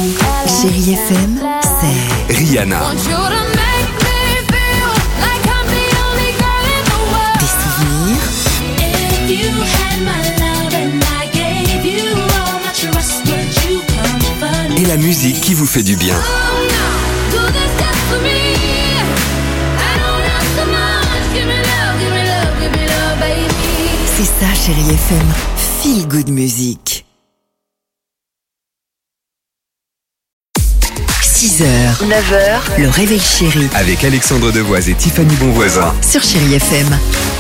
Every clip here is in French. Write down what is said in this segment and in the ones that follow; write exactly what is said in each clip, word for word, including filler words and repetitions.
Chérie F M, c'est Rihanna. des souvenirs, Et la musique qui vous fait du bien. c'est ça Chérie F M, Feel Good Music. six heures, neuf heures, le réveil chéri Avec Alexandre Devoise et Tiffany Bonvoisin. sur Chérie F M.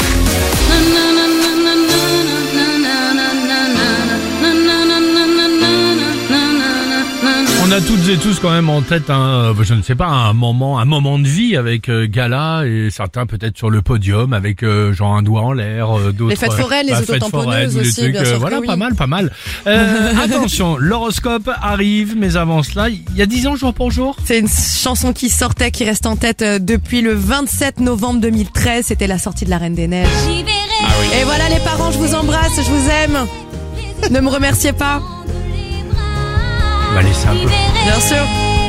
On a toutes et tous quand même en tête un, je ne sais pas, un moment, un moment de vie avec euh, Gala et certains peut-être sur le podium avec euh, genre un doigt en l'air, euh, d'autres. Les fêtes foraines, les bah, fêtes autotamponneuses foraines, ou les aussi, trucs, bien euh, sûr que voilà, oui. pas mal, pas mal. Euh, attention, l'horoscope arrive, mais avant cela, il y a dix ans jour pour jour. C'est une chanson qui sortait, qui reste en tête euh, depuis le vingt-sept novembre deux mille treize. C'était la sortie de La Reine des Neiges. Et voilà les parents, je vous embrasse, je vous aime. Ne me remerciez pas. On va laisser un peu. Bien sûr.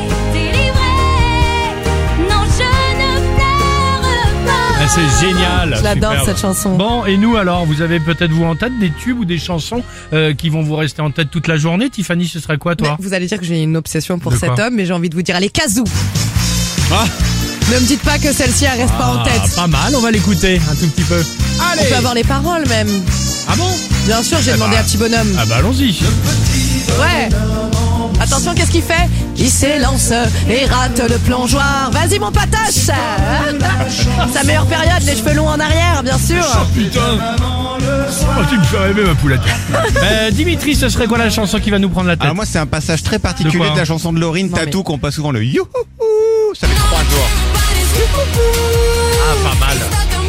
Ah, c'est génial. Je l'adore superbe. cette chanson. Bon, et nous alors, vous avez peut-être vous en tête des tubes ou des chansons euh, qui vont vous rester en tête toute la journée. Tiffany, ce serait quoi toi? Mais vous allez dire que j'ai une obsession pour De cet quoi homme, mais j'ai envie de vous dire, allez, Kazoo. Ah. Ne me dites pas que celle-ci elle reste pas en Ah, tête. pas mal, on va l'écouter un tout petit peu. On peut avoir les paroles même. Ah bon? Bien sûr, j'ai Eh demandé bah. à Petit Bonhomme. Ah bah allons-y. Ouais. Attention, qu'est-ce qu'il fait? Il s'élance et rate le plongeoir. Vas-y mon patache. Sa meilleure période, les cheveux longs en arrière, bien sûr. Putain. Oh, tu me fais rêver ma poulette. euh, Dimitri, ce serait quoi la chanson qui va nous prendre la tête? Alors moi c'est un passage très De particulier quoi, de, hein la chanson de Laurine, Non, Tatou, mais- qu'on passe souvent le youhou. Ça fait trois jours. Ah, pas mal.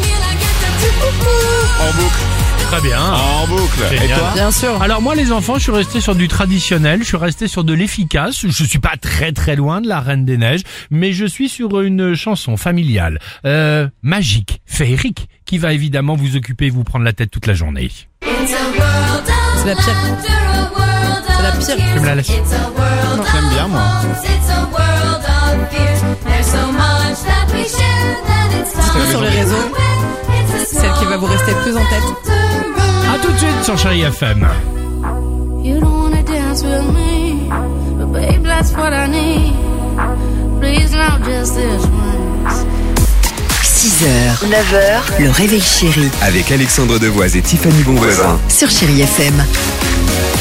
En boucle. Très bien. En boucle. Et Génial. toi? Bien sûr. Alors moi les enfants, je suis resté sur du traditionnel, je suis resté sur de l'efficace, je suis pas très très loin de la Reine des Neiges, mais je suis sur une chanson familiale, euh, magique, féerique, qui va évidemment vous occuper et vous prendre la tête toute la journée. C'est la pire. C'est la pire. Tu me la laisses? J'aime bien moi. Dites-nous sur les réseaux, celle qui va vous rester le plus en tête. À tout de suite sur Chérie F M. You don't wanna dance with me, but babe, that's what I need. Please, not just this once. six heures, neuf heures, le réveil chéri Avec Alexandre Devoise et Tiffany Bonvoisin. sur Chérie F M.